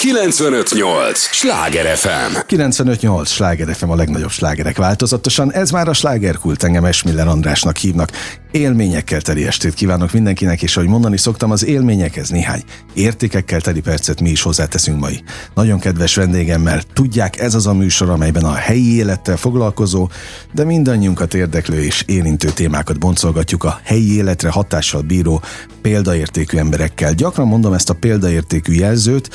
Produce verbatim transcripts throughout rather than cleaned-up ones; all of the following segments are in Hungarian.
kilencvenöt nyolc Sláger ef em. kilencvenöt nyolc Sláger ef em, a legnagyobb slágerek változatosan. Ez már a slágerkult, engem Esmiller Andrásnak hívnak. Élményekkel teli estét kívánok mindenkinek, és ahogy mondani szoktam, az élményekhez néhány értékekkel teli percet mi is hozzáteszünk mai nagyon kedves vendégemmel. Tudják, ez az a műsor, amelyben a helyi élettel foglalkozó, de mindannyiunkat érdeklő és érintő témákat boncolgatjuk a helyi életre hatással bíró példaértékű emberekkel. Gyakran mondom ezt a példaértékű jelzőt,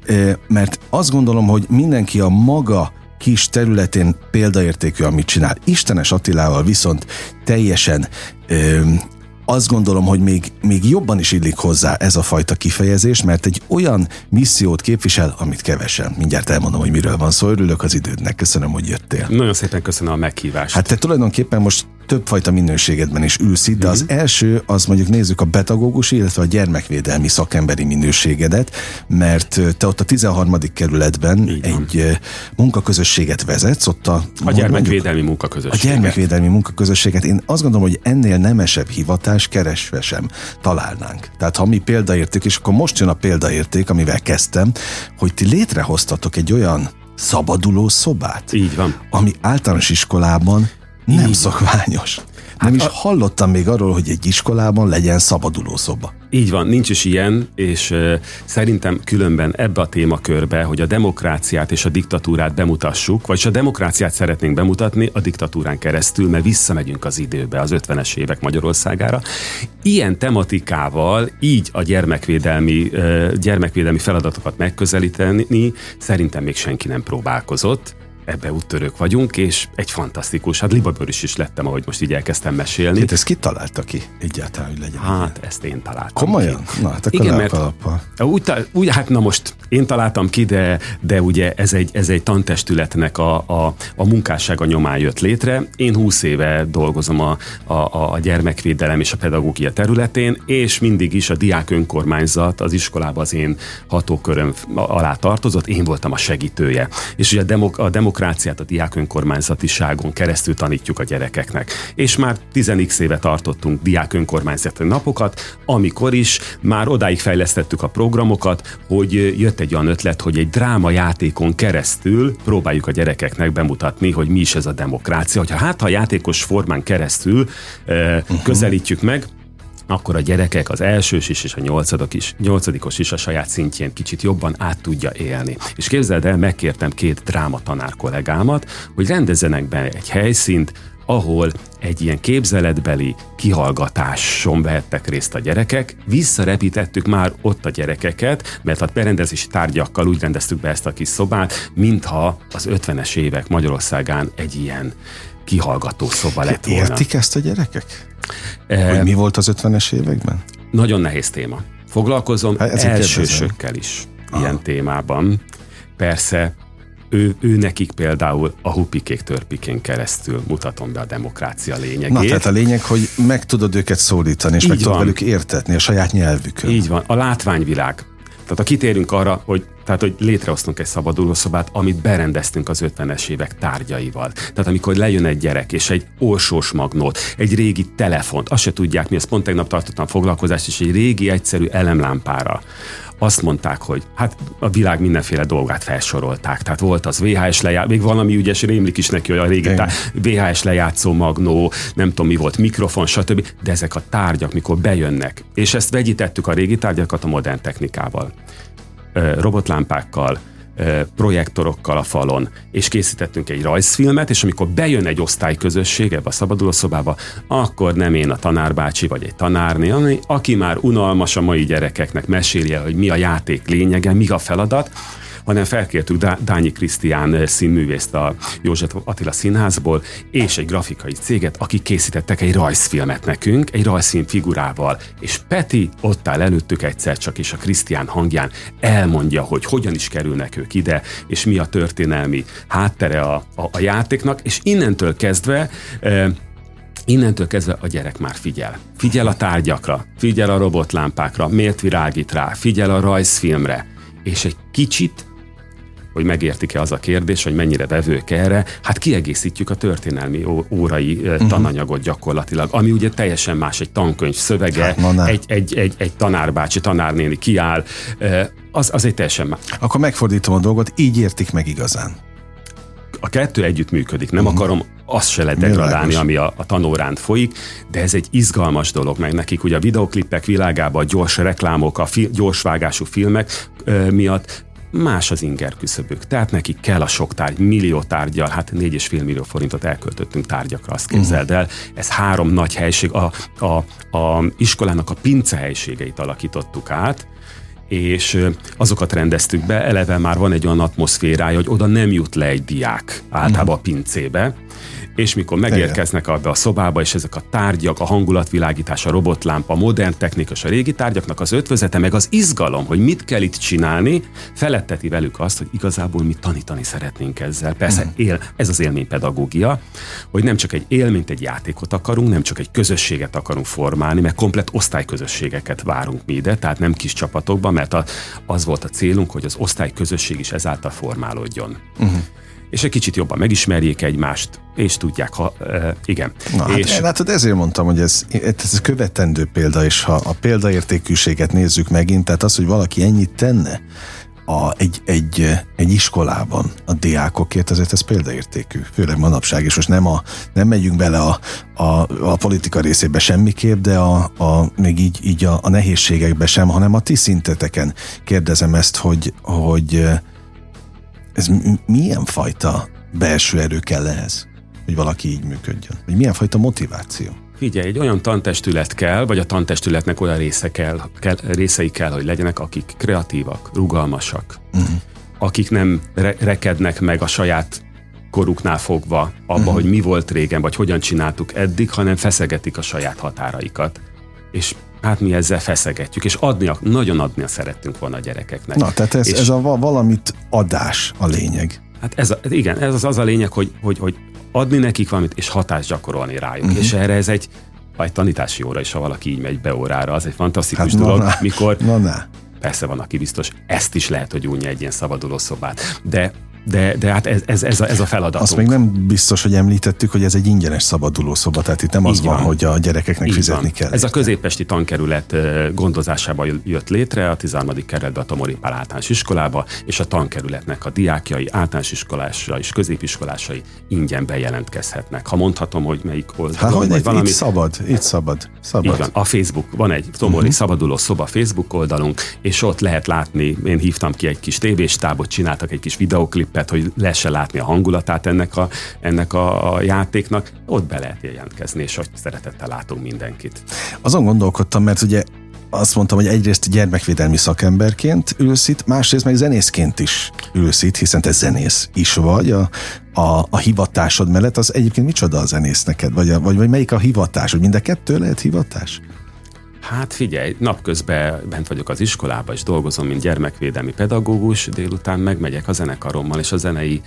mert azt gondolom, hogy mindenki a maga kis területén példaértékű, amit csinál. Istenes Attilával viszont teljesen ö, azt gondolom, hogy még, még jobban is illik hozzá ez a fajta kifejezés, mert egy olyan missziót képvisel, amit kevesen. Mindjárt elmondom, hogy miről van szó. Örülök az idődnek. Köszönöm, hogy jöttél. Nagyon szépen köszönöm a meghívást. Hát te tulajdonképpen most többfajta minőségedben is ülsz itt, de az mm-hmm. első, az mondjuk nézzük a pedagógus, illetve a gyermekvédelmi szakemberi minőségedet, mert te ott a tizenharmadik kerületben egy munkaközösséget vezetsz, ott a... A gyermekvédelmi munkaközösséget. A gyermekvédelmi munkaközösséget. Én azt gondolom, hogy ennél nemesebb hivatás keresve sem találnánk. Tehát ha mi példaérték, és akkor most jön a példaérték, amivel kezdtem, hogy ti létrehoztatok egy olyan szabaduló szobát, így van, ami általános iskolában nem így szokványos. Nem hát is a... hallottam még arról, hogy egy iskolában legyen szabaduló szoba. Így van, nincs is ilyen, és uh, szerintem különben ebbe a témakörbe, hogy a demokráciát és a diktatúrát bemutassuk, vagyis a demokráciát szeretnénk bemutatni a diktatúrán keresztül, mert visszamegyünk az időbe, az ötvenes évek Magyarországára. Ilyen tematikával így a gyermekvédelmi, uh, gyermekvédelmi feladatokat megközelíteni szerintem még senki nem próbálkozott. Ebbe úttörők vagyunk, és egy fantasztikus, hát libabőrös is lettem, ahogy most így elkezdtem mesélni. Hát ezt ki találta ki egyáltalán, hogy legyen? Hát ezt én találtam Komolyan? ki. Na, hát akkor igen, mert úgy, úgy, hát na most én találtam ki, de, de ugye ez egy, ez egy tantestületnek a, a, a munkássága nyomán jött létre. Én húsz éve dolgozom a, a, a gyermekvédelem és a pedagógia területén, és mindig is a diák önkormányzat az iskolában az én hatóköröm alá tartozott, én voltam a segítője. És ugye a, demok, a demokráciát a diák önkormányzatiságon keresztül tanítjuk a gyerekeknek. És már tíz éve tartottunk diák önkormányzati napokat, amikor is már odáig fejlesztettük a programokat, hogy jött egy olyan ötlet, hogy egy drámajátékon keresztül próbáljuk a gyerekeknek bemutatni, hogy mi is ez a demokrácia. Hogyha hát a játékos formán keresztül eh, uh-huh. közelítjük meg, akkor a gyerekek, az elsős is és a nyolcadik is, nyolcadikos is a saját szintjén kicsit jobban át tudja élni. És képzeld el, megkértem két drámatanár kollégámat, hogy rendezzenek be egy helyszínt, ahol egy ilyen képzeletbeli kihallgatáson vehettek részt a gyerekek. Visszarepítettük már ott a gyerekeket, mert a berendezési tárgyakkal úgy rendeztük be ezt a kis szobát, mintha az ötvenes évek Magyarországán egy ilyen kihallgató szoba lett volna. Értik ezt a gyerekek? Eh, hogy mi volt az ötvenes években? Nagyon nehéz téma. Foglalkozom hát elsősökkel is ah. ilyen témában. Persze, Ő, ő nekik például a hupikék törpikén keresztül mutatom be a demokrácia lényegét. Na, tehát a lényeg, hogy meg tudod őket szólítani, és így meg tudod velük értetni a saját nyelvükön. Így van, a látványvilág. Tehát ha kitérünk arra, hogy, tehát, hogy létrehoztunk egy szabadulószobát, amit berendeztünk az ötvenes évek tárgyaival. Tehát amikor lejön egy gyerek, és egy orsós magnót, egy régi telefont, azt se tudják mi, ezt pont tegnap tartottam foglalkozást, és egy régi egyszerű elemlámpára. Azt mondták, hogy hát a világ mindenféle dolgát felsorolták. Tehát volt az vé há es lejátszó, még valami ügyes rémlik is neki, hogy a régi tá- vé há es lejátszó magnó, nem tudom mi volt, mikrofon, stb. De ezek a tárgyak, mikor bejönnek, és ezt vegyítettük a régi tárgyakat a modern technikával, robotlámpákkal, projektorokkal a falon, és készítettünk egy rajzfilmet, és amikor bejön egy osztályközösség ebbe a szabadulószobába, akkor nem én a tanárbácsi vagy egy tanárné, hanem aki már unalmas a mai gyerekeknek meséli, hogy mi a játék lényege, mi a feladat, hanem felkértük Dányi Krisztián színművészt a József Attila Színházból, és egy grafikai céget, akik készítettek egy rajzfilmet nekünk, egy rajzfilm figurával, és Peti ott áll előttük egyszer csak, és a Krisztián hangján elmondja, hogy hogyan is kerülnek ők ide, és mi a történelmi háttere a, a, a játéknak, és innentől kezdve e, Innentől kezdve a gyerek már figyel. Figyel a tárgyakra, figyel a robotlámpákra, miért virágít rá, figyel a rajzfilmre, és egy kicsit hogy megértik-e az a kérdés, hogy mennyire vevők erre, hát kiegészítjük a történelmi órai uh-huh. tananyagot gyakorlatilag, ami ugye teljesen más, egy tankönyv szövege, hát, egy, egy, egy, egy tanárbácsi, tanárnéni kiáll, az, az egy teljesen más. Akkor megfordítom a dolgot, így értik meg igazán. A kettő együtt működik, nem uh-huh. akarom azt se ledegradálni, ami a, a tanórán folyik, de ez egy izgalmas dolog, meg nekik ugye a videoklipek világában, a gyors reklámok, a fi, gyorsvágású filmek ö, miatt más az inger küszöbük. Tehát nekik kell a sok tárgy, millió tárgyal, hát négy és fél millió forintot elköltöttünk tárgyakra, azt képzeld el. Ez három nagy helység, a, a, a iskolának a pince helységeit alakítottuk át, és azokat rendeztük be, eleve már van egy olyan atmoszférája, hogy oda nem jut le egy diák általában a pincébe, és mikor megérkeznek abba a szobába, és ezek a tárgyak, a hangulatvilágítás, a robotlámpa, a modern technika, a régi tárgyaknak az ötvözete, meg az izgalom, hogy mit kell itt csinálni, feletteti velük azt, hogy igazából mi tanítani szeretnénk ezzel. Persze uh-huh. él, ez az élménypedagógia, hogy nem csak egy élményt, egy játékot akarunk, nem csak egy közösséget akarunk formálni, mert komplett osztályközösségeket várunk mi ide, tehát nem kis csapatokban, mert a, az volt a célunk, hogy az osztályközösség is ezáltal formálódjon. Uh-huh. És egy kicsit jobban megismerjék egymást, és tudják, ha e, igen. Na, és hát, látod, ezért mondtam, hogy ez, ez követendő példa, és ha a példaértékűséget nézzük megint, tehát az, hogy valaki ennyit tenne a, egy, egy, egy iskolában a diákokért, azért ez példaértékű, főleg manapság, és most nem, a, nem megyünk bele a, a, a politika részébe semmiképp, de a, a, még így, így a, a nehézségekbe sem, hanem a ti szinteteken kérdezem ezt, hogy, hogy ez milyen fajta belső erő kell ehhez, hogy valaki így működjön? Vagy milyen fajta motiváció? Figyelj, egy olyan tantestület kell, vagy a tantestületnek olyan része kell, kell, részei kell, hogy legyenek, akik kreatívak, rugalmasak, uh-huh. akik nem re- rekednek meg a saját koruknál fogva abba, uh-huh. hogy mi volt régen, vagy hogyan csináltuk eddig, hanem feszegetik a saját határaikat. És hát mi ezzel feszegetjük, és adni, nagyon adni szerettünk volna a gyerekeknek. Na, tehát ez, ez a valamit adás a lényeg. Hát ez a, igen, ez az, az a lényeg, hogy, hogy, hogy adni nekik valamit, és hatást gyakorolni rájuk. Uh-huh. És erre ez egy, egy tanítási óra is, ha valaki így megy be órára, az egy fantasztikus hát, dolog, na, mikor na, na. persze van, aki biztos ezt is lehet, hogy unja egy ilyen szabaduló szobát, de De, de hát ez, ez, ez, a, ez a feladatunk. Azt még nem biztos, hogy említettük, hogy ez egy ingyenes szabaduló szoba, tehát itt nem az van, van, hogy a gyerekeknek így fizetni van. kell. Ez a középesti tankerület gondozásában jött létre, a tizenharmadik kerületben a Tomori Pál általános iskolába, és a tankerületnek a diákjai, általános iskolásai és középiskolásai ingyen bejelentkezhetnek. Ha mondhatom, hogy melyik oldalon, Há, vagy itt, valami... Itt szabad, itt szabad. szabad. Így van, a Facebook, van egy Tomori uh-huh. szabaduló szoba Facebook oldalunk, és ott lehet látni, én hívtam ki egy kis tévéstábot, csináltak egy kis videoklip, hogy lehessen látni a hangulatát ennek a, ennek a, a játéknak, ott be lehet jelentkezni, és hogy szeretettel látunk mindenkit. Azon gondolkodtam, mert ugye azt mondtam, hogy egyrészt gyermekvédelmi szakemberként ülsz itt, másrészt meg zenészként is ülsz itt, hiszen te zenész is vagy, a, a, a hivatásod mellett, az egyébként micsoda a zenész neked? Vagy, a, vagy, vagy melyik a hivatás? Hogy mind a kettő lehet hivatás? Hát figyelj, napközben bent vagyok az iskolában, és dolgozom, mint gyermekvédelmi pedagógus, délután megmegyek a zenekarommal, és a zenei,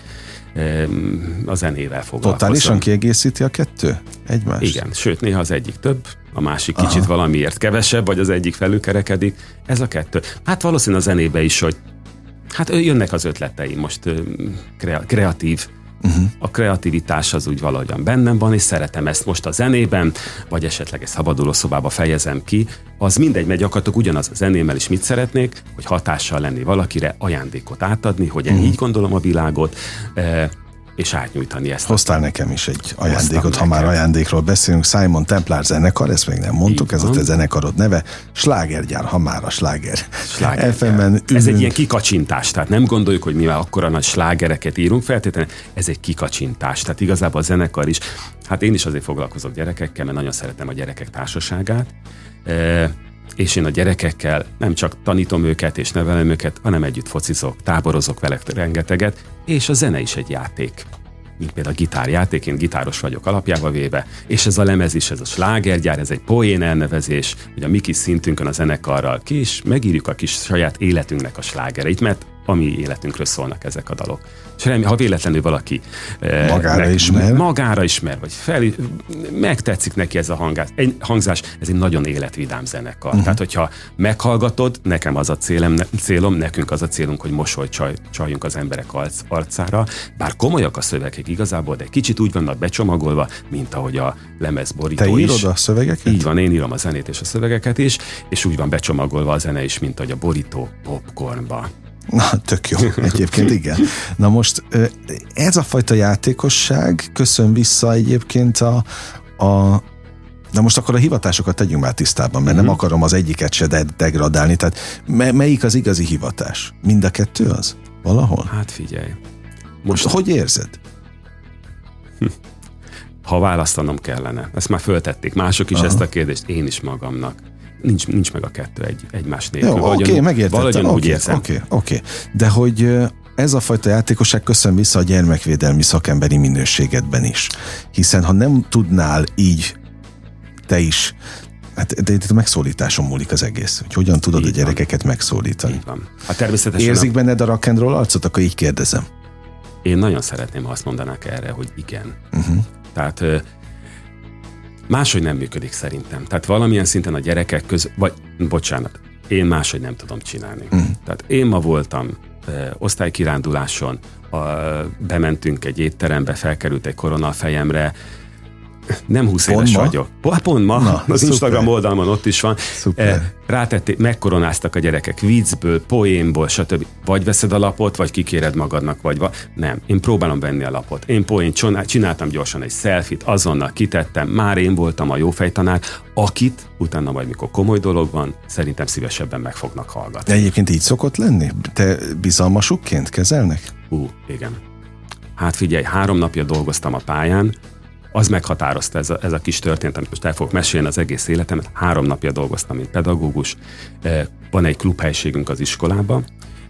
a zenével foglalkozom. Totálisan kiegészíti a kettő egymást? Igen, sőt, néha az egyik több, a másik Aha. kicsit valamiért kevesebb, vagy az egyik felülkerekedik. Ez a kettő. Hát valószínűleg a zenébe is, hogy hát jönnek az ötleteim most kreatív, Uh-huh. a kreativitás az úgy valahogyan bennem van, és szeretem ezt most a zenében, vagy esetleg egy szabaduló szobába fejezem ki, az mindegy, mert gyakorlatilag ugyanaz a zenémmel is mit szeretnék, hogy hatással lenni valakire, ajándékot átadni, hogy én uh-huh. így gondolom a világot, e- és átnyújtani ezt. Hoztál nekem is egy ajándékot, ha már ajándékról beszélünk. Simon Templar zenekar, ezt még nem mondtuk, ez a te zenekarod neve. Slágergyár, ha már a sláger. Slágergyár. Ez egy ilyen kikacsintás, tehát nem gondoljuk, hogy mi már akkora nagy slágereket írunk feltétlenül, ez egy kikacsintás, tehát igazából a zenekar is, hát én is azért foglalkozok gyerekekkel, mert nagyon szeretem a gyerekek társaságát, e- és én a gyerekekkel nem csak tanítom őket és nevelem őket, hanem együtt focizok, táborozok velük rengeteget, és a zene is egy játék. Mint például a gitárjáték, én gitáros vagyok alapjába véve, és ez a lemez is, ez a slágergyár, ez egy poén elnevezés, hogy a mi kis szintünkön a zenekarral ki is megírjuk a kis saját életünknek a slágereit, mert a mi életünkről szólnak ezek a dalok. És remélem, ha véletlenül valaki magára meg, ismer, magára ismer, vagy fel, megtetszik neki ez a hangás, egy hangzás, ez egy nagyon életvidám zenekar. Uh-huh. Tehát, hogyha meghallgatod, nekem az a célom, célom, nekünk az a célunk, hogy mosolyt csaj, csaljunk az emberek arc, arcára, bár komolyak a szövegek igazából, de kicsit úgy vannak becsomagolva, mint ahogy a lemezborító is. Te írod a szövegeket? Így van, én írom a zenét és a szövegeket is, és úgy van becsomagolva a zene is, mint ahogy a borító popcornba. Na, tök jó. Egyébként igen. Na most ez a fajta játékosság köszön vissza egyébként a, a de most akkor a hivatásokat tegyünk már tisztában, mert mm-hmm. nem akarom az egyiket se de- degradálni. Tehát me- melyik az igazi hivatás? Mind a kettő az? Valahol? Hát figyelj. Most hogy érzed? Hm. Ha választanom kellene, ezt már föltették mások is. Aha. Ezt a kérdést, én is magamnak. Nincs, nincs meg a kettő egy, egymás nélkül. Jó, oké, okay, megértettem. Valahogyan okay, úgy érzem. Oké, okay, oké. Okay. De hogy ez a fajta játékosság köszön vissza a gyermekvédelmi szakemberi minőségedben is. Hiszen ha nem tudnál így te is, hát de itt a megszólításon múlik az egész, hogy hogyan tudod így a gyerekeket van. megszólítani. Így van. Hát természetesen érzik a... benned a rock and roll arcot? Akkor így kérdezem. Én nagyon szeretném, ha azt mondanák erre, hogy igen. Uh-huh. Tehát máshogy nem működik szerintem. Tehát valamilyen szinten a gyerekek között, vagy bocsánat, én máshogy nem tudom csinálni. Uh-huh. Tehát én ma voltam e, osztálykiránduláson, a, bementünk egy étterembe, felkerült egy korona a fejemre, nem húsz pont éves ma? vagyok. Pont ma, Na, az szuper. Instagram oldalon ott is van. Szuper. Rátették, megkoronáztak a gyerekek viccből, poénból, stb. Vagy veszed a lapot, vagy kikéred magadnak, vagy va... nem. Én próbálom venni a lapot. Én poén csináltam gyorsan egy selfit, azonnal kitettem, már én voltam a jófejtanár, akit utána majd, mikor komoly dolog van, szerintem szívesebben meg fognak hallgatni. De egyébként így szokott lenni? Te bizalmasukként kezelnek? Ú, igen. Hát figyelj, három napja dolgoztam a pályán, az meghatározta ez a, ez a kis történet, amit most el fogok mesélni az egész életemet. Három napja dolgoztam, mint pedagógus. Van egy klubhelyiségünk az iskolában,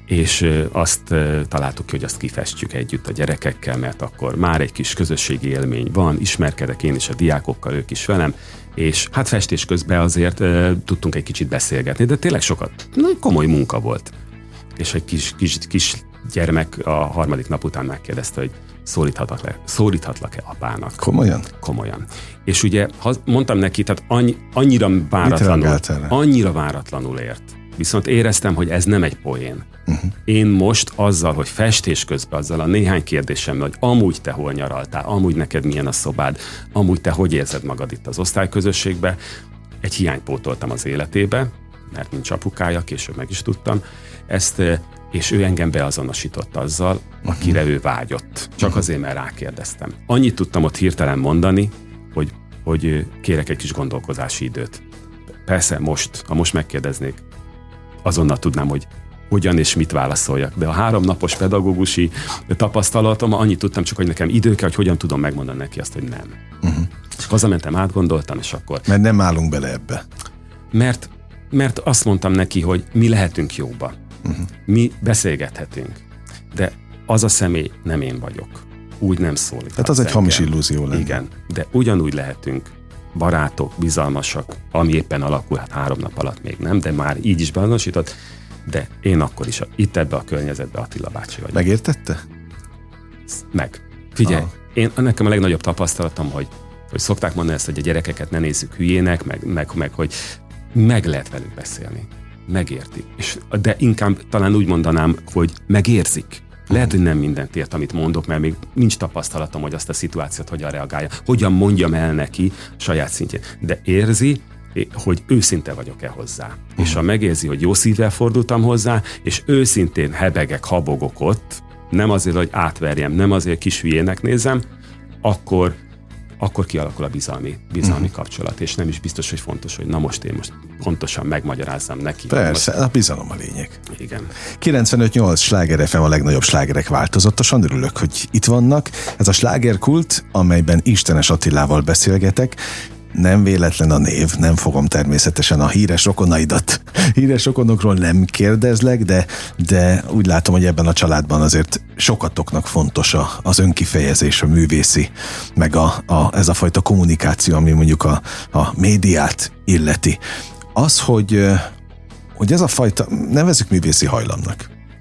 és azt találtuk ki, hogy azt kifestjük együtt a gyerekekkel, mert akkor már egy kis közösségi élmény van, ismerkedek én is a diákokkal, ők is velem, és hát festés közben azért tudtunk egy kicsit beszélgetni, de tényleg sokat, komoly munka volt. És egy kis, kis, kis gyermek a harmadik nap után megkérdezte, hogy szólíthatlak le, szólíthatlak-e apának? Komolyan? Komolyan. És ugye ha mondtam neki, tehát annyi, annyira váratlanul, annyira váratlanul ért. Viszont éreztem, hogy ez nem egy poén. Uh-huh. Én most azzal, hogy festés közben, azzal a néhány kérdésemmel, hogy amúgy te hol nyaraltál, amúgy neked milyen a szobád, amúgy te hogy érzed magad itt az osztályközösségbe, egy hiányt pótoltam az életébe, mert nincs apukája, később meg is tudtam ezt, és ő engem beazonosított azzal, akire ő vágyott. Csak azért, mert rákérdeztem. Annyit tudtam ott hirtelen mondani, hogy, hogy kérek egy kis gondolkozási időt. Persze most, ha most megkérdeznék, azonnal tudnám, hogy hogyan és mit válaszoljak. De a három napos pedagógusi tapasztalatom, annyit tudtam csak, hogy nekem idő kell, hogy hogyan tudom megmondani neki azt, hogy nem. Uh-huh. Hazamentem, átgondoltam, és akkor... Mert nem állunk bele ebbe. Mert, mert azt mondtam neki, hogy mi lehetünk jóba. Uh-huh. Mi beszélgethetünk, de az a személy nem én vagyok. Úgy nem szólít. Tehát az egy hamis illúzió lenne. Igen, de ugyanúgy lehetünk barátok, bizalmasak, ami éppen alakul, hát három nap alatt még nem, de már így is beazonosított, de én akkor is itt ebbe a környezetbe Attila bácsi vagyok. Megértette? Meg. Figyelj, Aha. én, nekem a legnagyobb tapasztalatom, hogy, hogy szokták mondani ezt, hogy a gyerekeket ne nézzük hülyének, meg, meg, meg hogy meg lehet velük beszélni. Megértik. És, de inkább talán úgy mondanám, hogy megérzik. Lehet, hogy nem mindent ért, amit mondok, mert még nincs tapasztalatom, hogy azt a szituációt hogyan reagálja, hogyan mondjam el neki saját szintjén. De érzi, hogy őszinte vagyok-e hozzá. Uh-huh. És ha megérzi, hogy jó szívvel fordultam hozzá, és őszintén hebegek, habogok ott, nem azért, hogy átverjem, nem azért, hogy kis hülyének nézem, akkor akkor kialakul a bizalmi, bizalmi uh-huh. kapcsolat, és nem is biztos, hogy fontos, hogy na most én most pontosan megmagyarázzam neki. Persze, most... a bizalom a lényeg. Igen. kilencvenöt nyolc Sláger ef em, a legnagyobb slágerek változatosan. Örülök, hogy itt vannak. Ez a slágerkult, amelyben Istenes Attilával beszélgetek. Nem véletlen a név, nem fogom természetesen a híres rokonaidat. Híres rokonokról nem kérdezlek, de, de úgy látom, hogy ebben a családban azért sokatoknak fontos a, az önkifejezés, a művészi, meg a, a, ez a fajta kommunikáció, ami mondjuk a, a médiát illeti. Az, hogy, hogy ez a fajta, nevezzük művészi hajlamnak,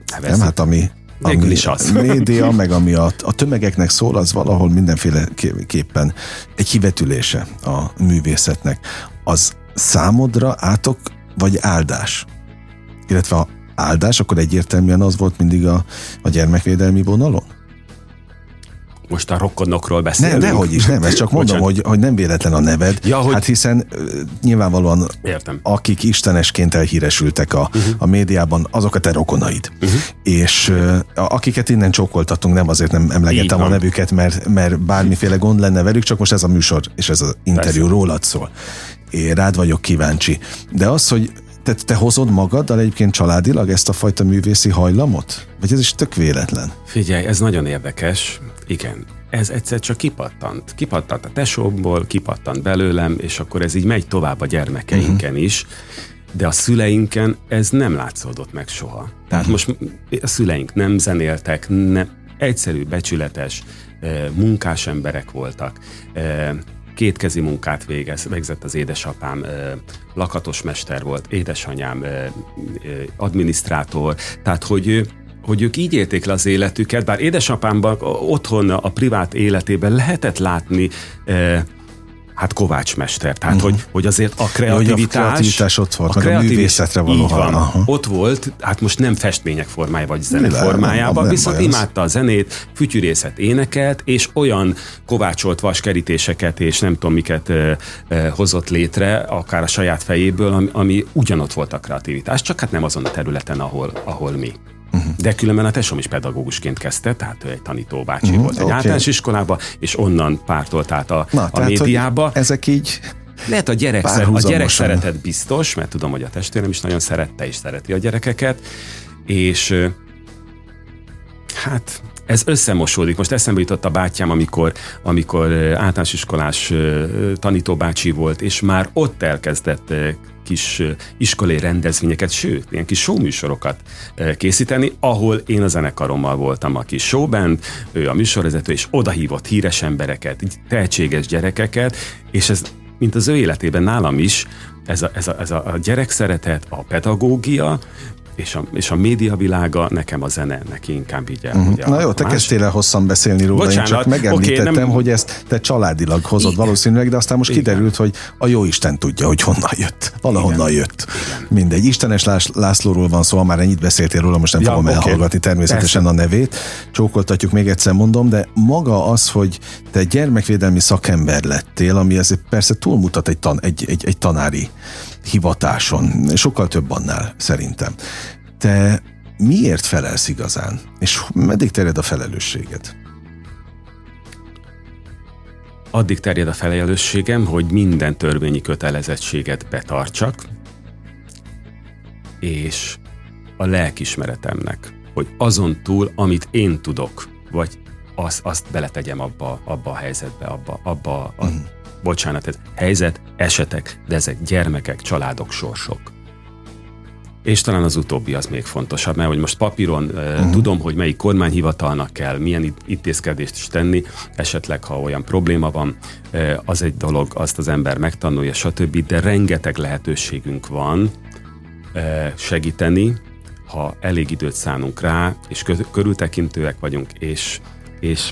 Nem, hát ami, ami a média, meg ami a, a tömegeknek szól, az valahol mindenféleképpen egy hivetülése a művészetnek. Az számodra átok vagy áldás? Illetve ha áldás, akkor egyértelműen az volt mindig a, a gyermekvédelmi vonalon? Most a rokonokról beszélünk. Ne, nehogy is, nem, ezt csak mondom, hogy, hogy nem véletlen a neved. Ja, hogy... Hát hiszen uh, nyilvánvalóan Értem. akik istenesként elhíresültek a, uh-huh. a médiában, azok a te rokonaid. Uh-huh. És uh, akiket innen csókoltatunk, nem azért nem emlegettem a nevüket, mert, mert bármiféle gond lenne velük, csak most ez a műsor és ez az interjú Persze. rólad szól. Én rád vagyok kíváncsi. De az, hogy te, te hozod magaddal egyébként családilag ezt a fajta művészi hajlamot? Vagy ez is tök véletlen? Figyelj, ez nagyon érdekes. Igen, ez egyszer csak kipattant. Kipattant a tesómból, kipattant belőlem, és akkor ez így megy tovább a gyermekeinken uh-huh. is, de a szüleinken ez nem látszódott meg soha. Tehát uh-huh. most a szüleink nem zenéltek, nem, egyszerű, becsületes, munkás emberek voltak. Kétkezi munkát végez, végzett az édesapám, lakatos mester volt, édesanyám adminisztrátor, tehát hogy hogy ők így élték le az életüket, bár édesapámban otthon a privát életében lehetett látni eh, hát kovácsmester, tehát uh-huh. hogy, hogy azért a kreativitás, ja, a kreativitás ott volt, a, meg a művészetre való van, uh-huh. ott volt, hát most nem festmények formája vagy zene formájában, viszont imádta a zenét, fütyűrészet énekelt, és olyan kovácsolt vaskerítéseket és nem tudom miket eh, eh, hozott létre, akár a saját fejéből, ami, ami ugyanott volt a kreativitás, csak hát nem azon a területen, ahol, ahol mi. Uh-huh. De különben a tesóm is pedagógusként kezdte, tehát ő egy tanítóbácsi uh-huh, volt egy okay. általános iskolába, és onnan pártolt át a, Na, a tehát, médiába. Ezek így lehet a gyerek, szer, a gyerek szeretet biztos, mert tudom, hogy a testvérem is nagyon szerette és szereti a gyerekeket, és hát ez összemosódik. Most eszembe jutott a bátyám, amikor, amikor általános iskolás tanítóbácsi volt, és már ott elkezdett kis iskolai rendezvényeket, sőt, ilyen kis showműsorokat készíteni, ahol én a zenekarommal voltam a kis showband, ő a műsorvezető, és odahívott híres embereket, tehetséges gyerekeket, és ez, mint az ő életében nálam is, ez a, ez a, ez a gyerekszeretet, a pedagógia, és a, és a média világa, nekem a zene, neki inkább így el. Uh-huh. Na jó, te más... kezdtél el hosszan beszélni róla, Bocsánat, én csak megemlítettem, okay, nem... hogy ezt te családilag hozod Igen. valószínűleg, de aztán most Igen. kiderült, hogy a jó Isten tudja, hogy honnan jött. Valahonnan Igen. jött. Igen. Mindegy. Istenes Lászlóról van szó, ha már ennyit beszéltél róla, most nem ja, fogom okay. elhallgatni természetesen Persze. a nevét. Csókoltatjuk, még egyszer mondom, de maga az, hogy te gyermekvédelmi szakember lettél, ami ez persze túlmutat egy, tan, egy, egy, egy tanári hivatáson. Sokkal több annál szerintem. Te miért felelsz igazán? És meddig terjed a felelősséged? Addig terjed a felelősségem, hogy minden törvényi kötelezettséget betartsak, és a lelkismeretemnek, hogy azon túl, amit én tudok, vagy azt, azt beletegyem abba, abba a helyzetbe, abba, abba a, mm. bocsánat, ez helyzet, esetek, de ezek gyermekek, családok, sorsok. És talán az utóbbi az még fontosabb, mert hogy most papíron uh-huh. tudom, hogy melyik kormányhivatalnak kell milyen intézkedést is tenni, esetleg ha olyan probléma van, az egy dolog, azt az ember megtanulja, stb., de rengeteg lehetőségünk van segíteni, ha elég időt szánunk rá, és körültekintőek vagyunk, és, és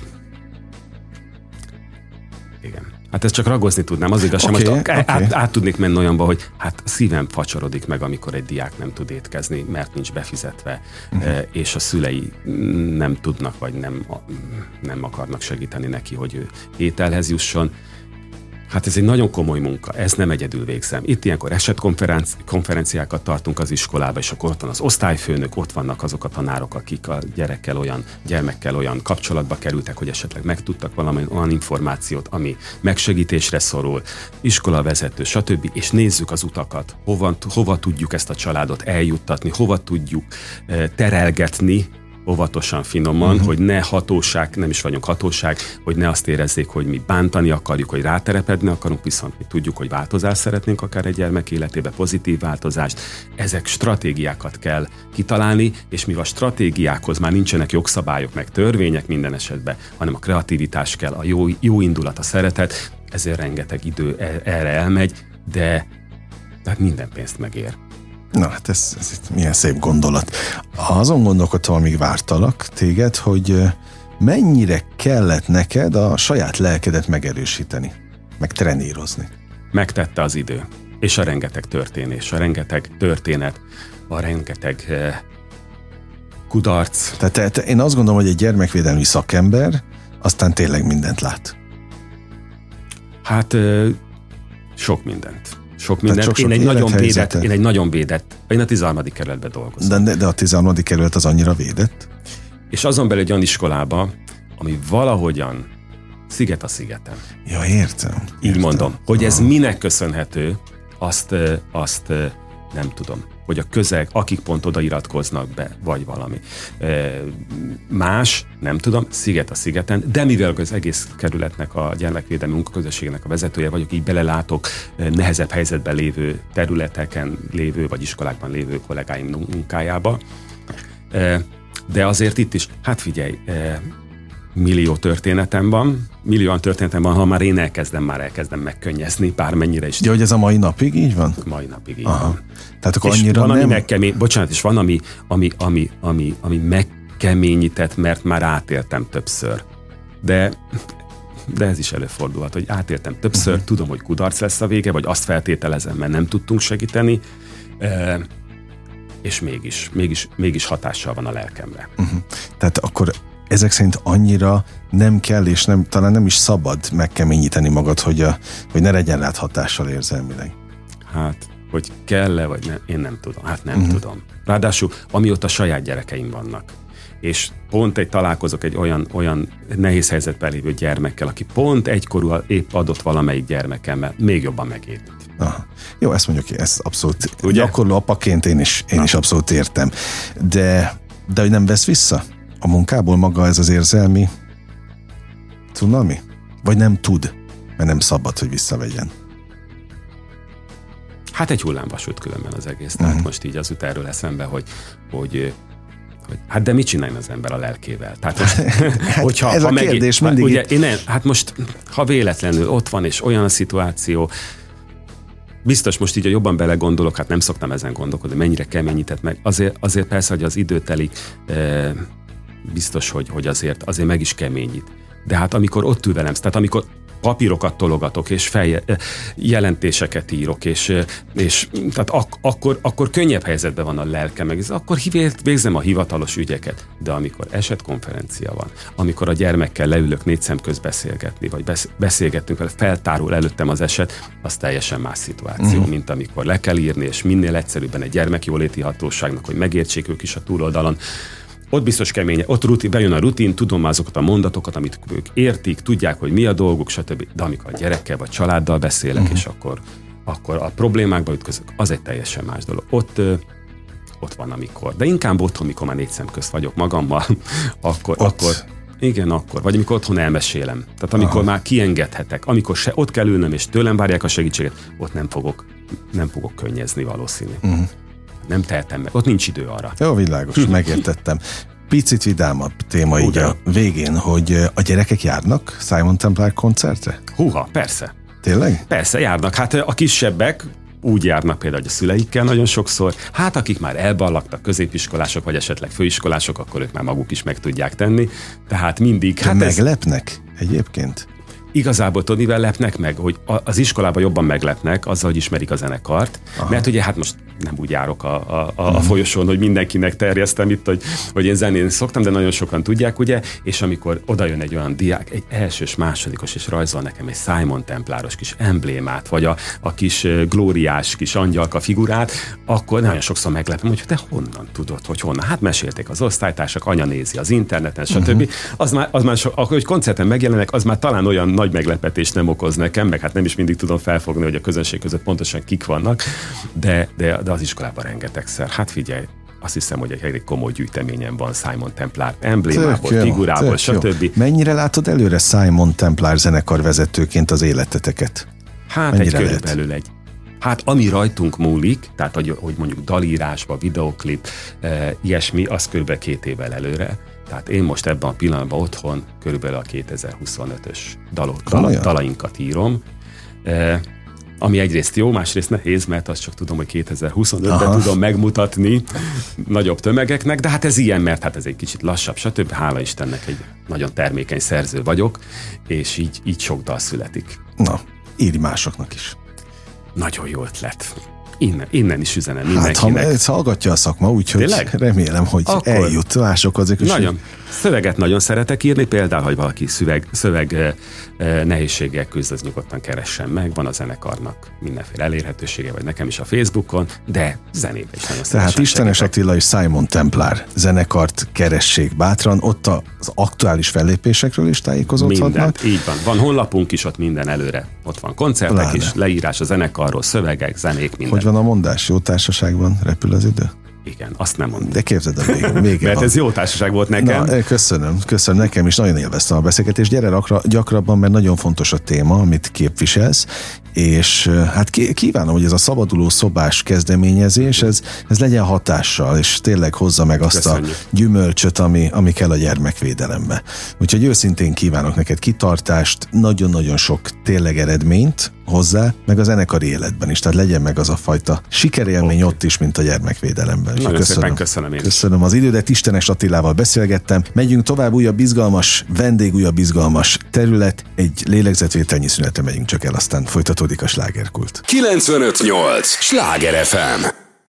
igen. Hát ezt csak ragozni tudnám, az igazság, okay, most okay. át, át tudnék menni olyanba, hogy hát szívem facsorodik meg, amikor egy diák nem tud étkezni, mert nincs befizetve, uh-huh. és a szülei nem tudnak, vagy nem, nem akarnak segíteni neki, hogy ő ételhez jusson. Hát ez egy nagyon komoly munka, ezt nem egyedül végzem. Itt ilyenkor esetkonferenciákat tartunk az iskolába, és akkor ott van az osztályfőnök, ott vannak azok a tanárok, akik a gyerekkel olyan, gyermekkel olyan kapcsolatba kerültek, hogy esetleg megtudtak valami olyan információt, ami megsegítésre szorul, iskolavezető, stb. És nézzük az utakat, hova, hova tudjuk ezt a családot eljuttatni, hova tudjuk eh, terelgetni, óvatosan, finoman, uh-huh. hogy ne hatóság, nem is vagyunk hatóság, hogy ne azt érezzék, hogy mi bántani akarjuk, hogy ráterepedni akarunk, viszont mi tudjuk, hogy változást szeretnénk akár egy gyermek életébe, pozitív változást. Ezek stratégiákat kell kitalálni, és mivel a stratégiákhoz már nincsenek jogszabályok, meg törvények minden esetben, hanem a kreativitás kell, a jó, jó indulat, a szeretet, ezért rengeteg idő erre elmegy, de tehát minden pénzt megér. Na hát ez, ez milyen szép gondolat. Azon gondolkodtam, amíg vártalak téged, hogy mennyire kellett neked a saját lelkedet megerősíteni, meg trenírozni. Megtette az idő, és a rengeteg történés, a rengeteg történet, a rengeteg eh, kudarc. Tehát te, te, én azt gondolom, hogy egy gyermekvédelmi szakember aztán tényleg mindent lát. Hát eh, sok mindent. Sok mindent. Sok, sok én, egy nagyon védett, én egy nagyon védett, én a tizenharmadik kerületben dolgozom. De, de a tizenharmadik kerület az annyira védett? És azon belül egy olyan iskolába, ami valahogyan sziget a szigeten. Ja, értem. értem. Így mondom. Hogy ez minek köszönhető, azt, azt nem tudom. Hogy a közeg, akik pont oda iratkoznak be, vagy valami. Más, nem tudom, sziget a szigeten, de mivel az egész kerületnek, a gyermekvédelmi munkaközösségnek a vezetője vagyok, így belelátok nehezebb helyzetben lévő területeken lévő, vagy iskolákban lévő kollégáim munkájába. De azért itt is, hát figyelj, millió történetem van, millióan történetem van, ha már én elkezdem, már elkezdem megkönnyezni, bármennyire is. Ja, hogy ez a mai napig így van? Mai napig így Aha. van. Tehát akkor és annyira van, nem... ami megkemény, bocsánat, és van, ami, ami, ami, ami, ami megkeményített, mert már átéltem többször. De, de ez is előfordulhat, hogy átéltem többször, uh-huh. tudom, hogy kudarc lesz a vége, vagy azt feltételezem, mert nem tudtunk segíteni, e, és mégis, mégis, mégis hatással van a lelkemre. Uh-huh. Tehát akkor ezek szerint annyira nem kell, és nem, talán nem is szabad megkeményíteni magad, hogy, a, hogy ne legyen rád hatással érzelmileg. Hát, hogy kell-e, vagy nem, én nem tudom. Hát nem uh-huh. tudom. Ráadásul, amióta saját gyerekeim vannak, és pont egy találkozok egy olyan, olyan nehéz helyzetben lévő gyermekkel, aki pont egykorú épp adott valamelyik gyermekemmel, még jobban megérint. Aha. Jó, ezt mondjuk, ezt abszolút ugye? Gyakorló apaként én is, én is abszolút értem. De, de hogy nem vesz vissza a munkából maga ez az érzelmi cunami? Vagy nem tud, mert nem szabad, hogy visszavegyen? Hát egy hullámvasút különben az egész. Tehát uh-huh. most így az jut erről eszembe, hogy, hogy, hogy hát de mit csináljon az ember a lelkével? Tehát most, hát hogyha, ez ha a megint, kérdés mindig ugye, itt... én nem, hát most, ha véletlenül ott van, és olyan a szituáció, biztos most így a jobban belegondolok, hát nem szoktam ezen gondolkodni, mennyire keményített meg. Azért, azért persze, hogy az idő telik, eh, biztos, hogy, hogy azért, azért meg is keményít. De hát amikor ott ül velem, tehát amikor papírokat tologatok, és fel, jelentéseket írok, és, és tehát ak- akkor, akkor könnyebb helyzetben van a lelkem, meg akkor végzem a hivatalos ügyeket. De amikor esetkonferencia van, amikor a gyermekkel leülök négy szem közt beszélgetni, vagy beszélgettünk vele, feltárul előttem az eset, az teljesen más szituáció, mm. mint amikor le kell írni, és minél egyszerűbben egy gyermekjóléti hatóságnak, hogy megértsék ők is a túloldalon. Ott biztos kemény, ott rutin, bejön a rutin, tudom már azokat a mondatokat, amit ők értik, tudják, hogy mi a dolguk, stb. De amikor a gyerekkel vagy családdal beszélek, uh-huh. és akkor, akkor a problémákba ütközök, az egy teljesen más dolog. Ott, ö, ott van amikor. De inkább otthon, mikor már négy szem közt vagyok magammal, akkor, akkor igen, akkor. Vagy amikor otthon elmesélem. Tehát amikor Aha. már kiengedhetek, amikor se ott kell ülnöm, és tőlem várják a segítséget, ott nem fogok, nem fogok könnyezni valószínű. Uh-huh. Nem tehetem meg, ott nincs idő arra. Jó, világos, megértettem. Picit vidámabb téma így a végén, hogy a gyerekek járnak Simon Templar koncertre? Húha, persze. Tényleg? Persze, járnak. Hát a kisebbek úgy járnak például, hogy a szüleikkel nagyon sokszor. Hát akik már elballagtak, középiskolások, vagy esetleg főiskolások, akkor ők már maguk is meg tudják tenni. Tehát mindig... Hát meglepnek ez... egyébként? Igazából tudod, mivel lepnek meg, hogy az iskolában jobban meglepnek azzal, hogy ismerik a zenekart, Aha. mert ugye hát most nem úgy járok a, a, a, a folyosón, hogy mindenkinek terjesztem itt, hogy, hogy én zenén szoktam, de nagyon sokan tudják, ugye, és amikor odajön egy olyan diák, egy elsős, másodikos, és rajzol nekem egy Simon Templáros kis emblémát, vagy a, a kis glóriás kis angyalka figurát, akkor nagyon sokszor meglepem, hogy te honnan tudod, hogy honnan? Hát mesélték az osztálytársak, anya nézi az interneten, stb. Uh-huh. Az már, az már so, akkor, hogy koncerten megjelenek, az már talán olyan nagy meglepetést nem okoz nekem, meg hát nem is mindig tudom felfogni, hogy a közönség között pontosan kik vannak, de, de, de az iskolában rengetegszer. Hát figyelj, azt hiszem, hogy egy elég komoly gyűjteményen van Simon Templar emblémából, tök figurából, jó, stb. Jó. Mennyire látod előre Simon Templar zenekar vezetőként az életeteket? Hát Mennyire egy körülbelül egy. Hát ami rajtunk múlik, tehát hogy, hogy mondjuk dalírásba, videoklip, e, ilyesmi, az körülbelül két évvel előre. Tehát én most ebben a pillanatban otthon körülbelül a kétezer-huszonötös dalok, dal, dalainkat írom. E, ami egyrészt jó, másrészt nehéz, mert azt csak tudom, hogy kétezer-huszonötben Aha. tudom megmutatni nagyobb tömegeknek, de hát ez ilyen, mert hát ez egy kicsit lassabb, stb. Hála Istennek egy nagyon termékeny szerző vagyok, és így, így sok dal születik. Na, írj másoknak is. Nagyon jó ötlet. Innen, innen is üzenem Hát, mindenkinek. ha ez hallgatja a szakma, úgyhogy Tényleg? remélem, hogy Akkor eljut másokhoz. Nagyon. Szöveget nagyon szeretek írni, például, hogy valaki szöveg, szöveg eh, eh, nehézséggel küzd, az nyugodtan keressen meg, van a zenekarnak mindenféle elérhetősége, vagy nekem is a Facebookon, de zenébe is nagyon Tehát szívesen Istenes segítek. Attila és Simon Templar zenekart keressék bátran, ott az aktuális fellépésekről is tájékozódhatnak. Mindent, így van. Van honlapunk is, ott minden előre. Ott van koncertek Pláne. is, leírás a zenekarról, szövegek, zenék, minden. Hogy van a mondás? Jó társaságban repül az idő? Igen, azt nem mondom. De képzeld, a vége, vége Mert van. ez jó társaság volt nekem. Na, köszönöm, köszönöm, nekem is nagyon élveztem a beszélgetést. Gyere rakra, gyakrabban, mert nagyon fontos a téma, amit képviselsz, és hát kívánom, hogy ez a szabaduló szobás kezdeményezés, ez, ez legyen hatással, és tényleg hozza meg azt Köszönjük. a gyümölcsöt, ami, ami kell a gyermekvédelembe. Úgyhogy őszintén kívánok neked kitartást, nagyon-nagyon sok tényleg eredményt hozzá, meg a zenekari életben is, tehát legyen meg az a fajta sikerélmény okay. ott is, mint a gyermekvédelemben. Nagyon köszönöm. szépen köszönöm én. Köszönöm az idődet, Istenes Attilával beszélgettem. Megyünk tovább, újabb izgalmas vendég, újabb izgalmas terület. Egy lélegzetvételnyi szünetre megyünk csak el, aztán folytatódik a slágerkult. kilencvenöt nyolc Sláger ef em